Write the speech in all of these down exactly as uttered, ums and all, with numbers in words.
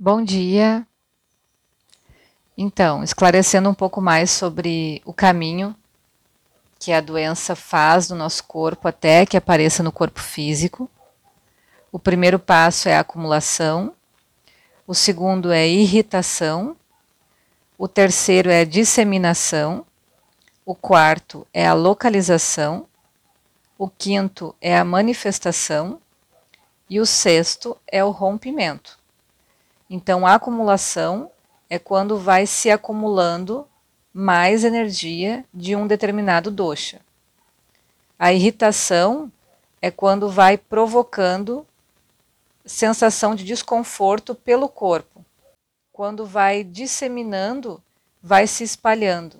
Bom dia. Então, esclarecendo um pouco mais sobre o caminho que a doença faz no nosso corpo até que apareça no corpo físico. O primeiro passo é a acumulação, o segundo é irritação, o terceiro é disseminação, o quarto é a localização, o quinto é a manifestação e o sexto é o rompimento. Então, a acumulação é quando vai se acumulando mais energia de um determinado dosha. A irritação é quando vai provocando sensação de desconforto pelo corpo. Quando vai disseminando, vai se espalhando.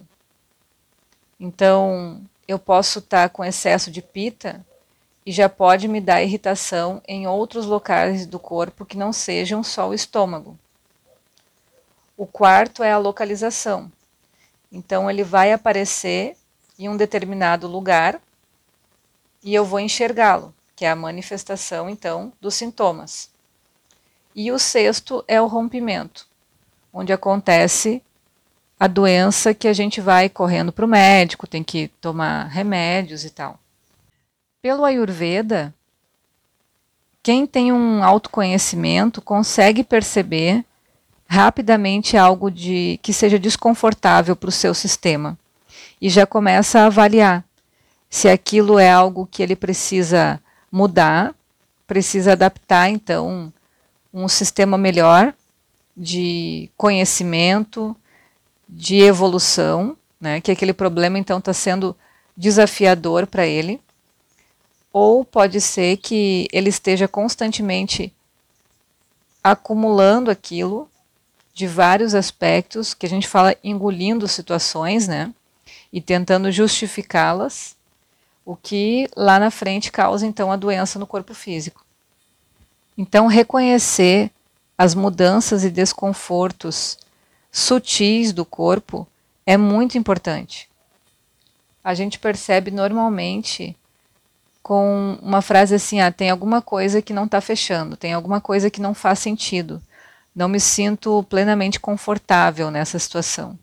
Então, eu posso estar com excesso de pita e já pode me dar irritação em outros locais do corpo que não sejam só o estômago. O quarto é a localização. Então, ele vai aparecer em um determinado lugar e eu vou enxergá-lo, que é a manifestação, então, dos sintomas. E o sexto é o rompimento, onde acontece a doença que a gente vai correndo para o médico, tem que tomar remédios e tal. Pelo Ayurveda, quem tem um autoconhecimento consegue perceber rapidamente algo de que seja desconfortável para o seu sistema e já começa a avaliar se aquilo é algo que ele precisa mudar, precisa adaptar então um sistema melhor de conhecimento, de evolução, né, que aquele problema então está sendo desafiador para ele, ou pode ser que ele esteja constantemente acumulando aquilo de vários aspectos, que a gente fala engolindo situações, né? E tentando justificá-las, o que lá na frente causa então a doença no corpo físico. Então, reconhecer as mudanças e desconfortos sutis do corpo é muito importante. A gente percebe normalmente com uma frase assim, ah, tem alguma coisa que não está fechando, tem alguma coisa que não faz sentido. Não me sinto plenamente confortável nessa situação.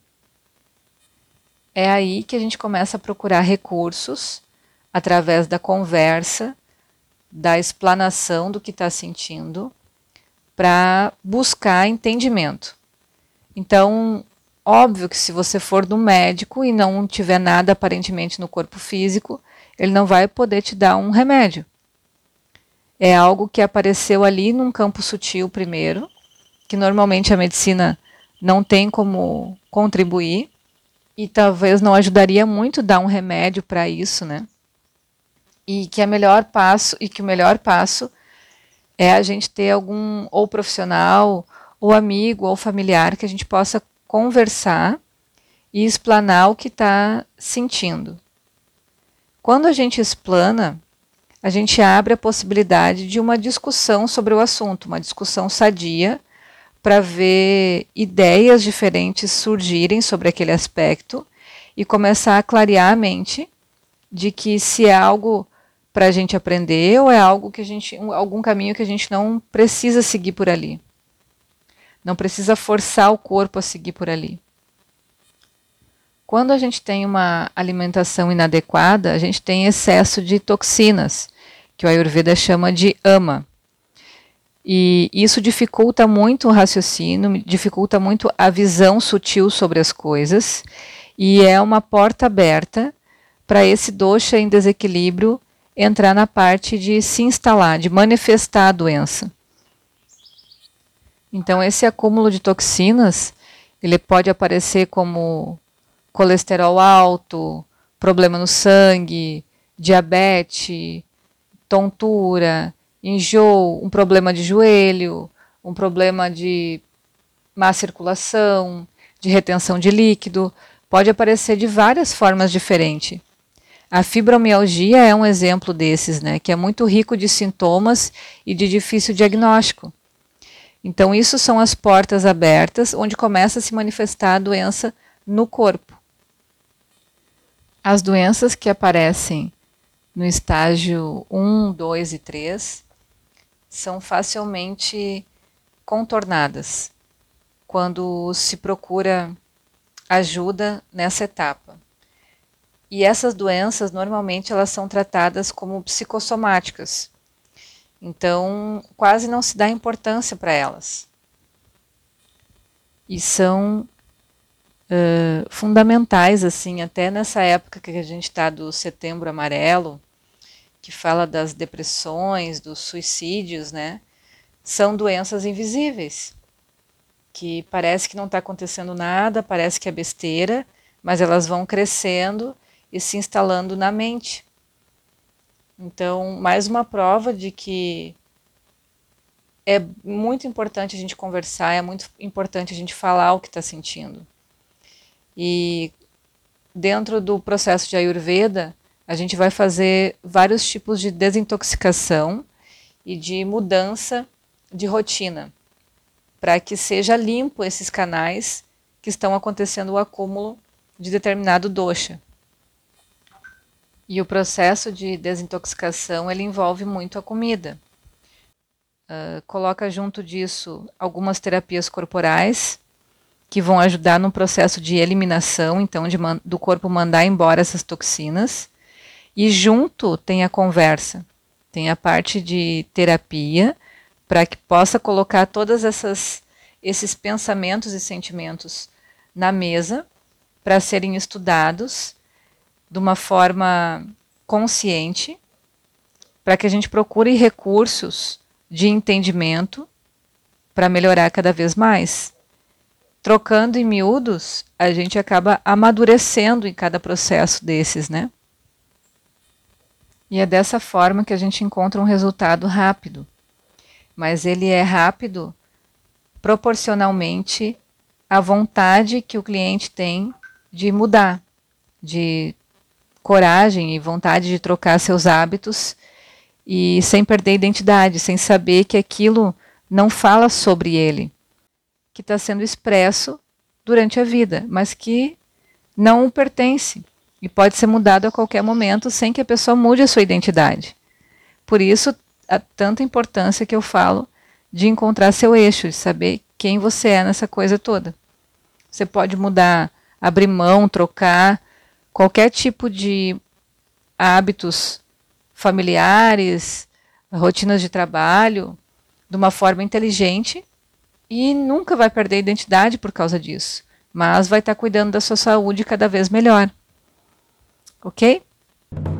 É aí que a gente começa a procurar recursos, através da conversa, da explanação do que está sentindo, para buscar entendimento. Então, óbvio que se você for do médico e não tiver nada aparentemente no corpo físico, ele não vai poder te dar um remédio. É algo que apareceu ali num campo sutil primeiro, que normalmente a medicina não tem como contribuir e talvez não ajudaria muito dar um remédio para isso, né? E que a melhor passo e que o melhor passo é a gente ter algum ou profissional, ou amigo, ou familiar que a gente possa conversar e explanar o que está sentindo. Quando a gente explana, a gente abre a possibilidade de uma discussão sobre o assunto, uma discussão sadia, para ver ideias diferentes surgirem sobre aquele aspecto e começar a clarear a mente de que se é algo para a gente aprender ou é algo que a gente, algum caminho que a gente não precisa seguir por ali. Não precisa forçar o corpo a seguir por ali. Quando a gente tem uma alimentação inadequada, a gente tem excesso de toxinas, que o Ayurveda chama de ama. E isso dificulta muito o raciocínio, dificulta muito a visão sutil sobre as coisas e é uma porta aberta para esse dosha em desequilíbrio entrar na parte de se instalar, de manifestar a doença. Então, esse acúmulo de toxinas, ele pode aparecer como colesterol alto, problema no sangue, diabetes, tontura, enjoo, um problema de joelho, um problema de má circulação, de retenção de líquido, pode aparecer de várias formas diferentes. A fibromialgia é um exemplo desses, né, que é muito rico de sintomas e de difícil diagnóstico. Então, isso são as portas abertas onde começa a se manifestar a doença no corpo. As doenças que aparecem no estágio um, dois e três são facilmente contornadas quando se procura ajuda nessa etapa. E essas doenças, normalmente, elas são tratadas como psicossomáticas. Então, quase não se dá importância para elas. E são uh, fundamentais, assim, até nessa época que a gente está do Setembro Amarelo, que fala das depressões, dos suicídios, né? São doenças invisíveis, que parece que não está acontecendo nada, parece que é besteira, mas elas vão crescendo e se instalando na mente. Então, mais uma prova de que é muito importante a gente conversar, é muito importante a gente falar o que está sentindo. E dentro do processo de Ayurveda, a gente vai fazer vários tipos de desintoxicação e de mudança de rotina, para que seja limpo esses canais que estão acontecendo o acúmulo de determinado dosha. E o processo de desintoxicação, ele envolve muito a comida. Uh, coloca junto disso algumas terapias corporais, que vão ajudar no processo de eliminação, então, de do corpo mandar embora essas toxinas. E junto tem a conversa, tem a parte de terapia, para que possa colocar todas essas esses pensamentos e sentimentos na mesa, para serem estudados de uma forma consciente, para que a gente procure recursos de entendimento para melhorar cada vez mais. Trocando em miúdos, a gente acaba amadurecendo em cada processo desses, né? E é dessa forma que a gente encontra um resultado rápido. Mas ele é rápido proporcionalmente à vontade que o cliente tem de mudar, de coragem e vontade de trocar seus hábitos e sem perder a identidade, sem saber que aquilo não fala sobre ele, que está sendo expresso durante a vida, mas que não o pertence e pode ser mudado a qualquer momento sem que a pessoa mude a sua identidade. Por isso, há tanta importância que eu falo de encontrar seu eixo, de saber quem você é nessa coisa toda. Você pode mudar, abrir mão, trocar qualquer tipo de hábitos familiares, rotinas de trabalho, de uma forma inteligente e nunca vai perder a identidade por causa disso, mas vai estar cuidando da sua saúde cada vez melhor. Ok?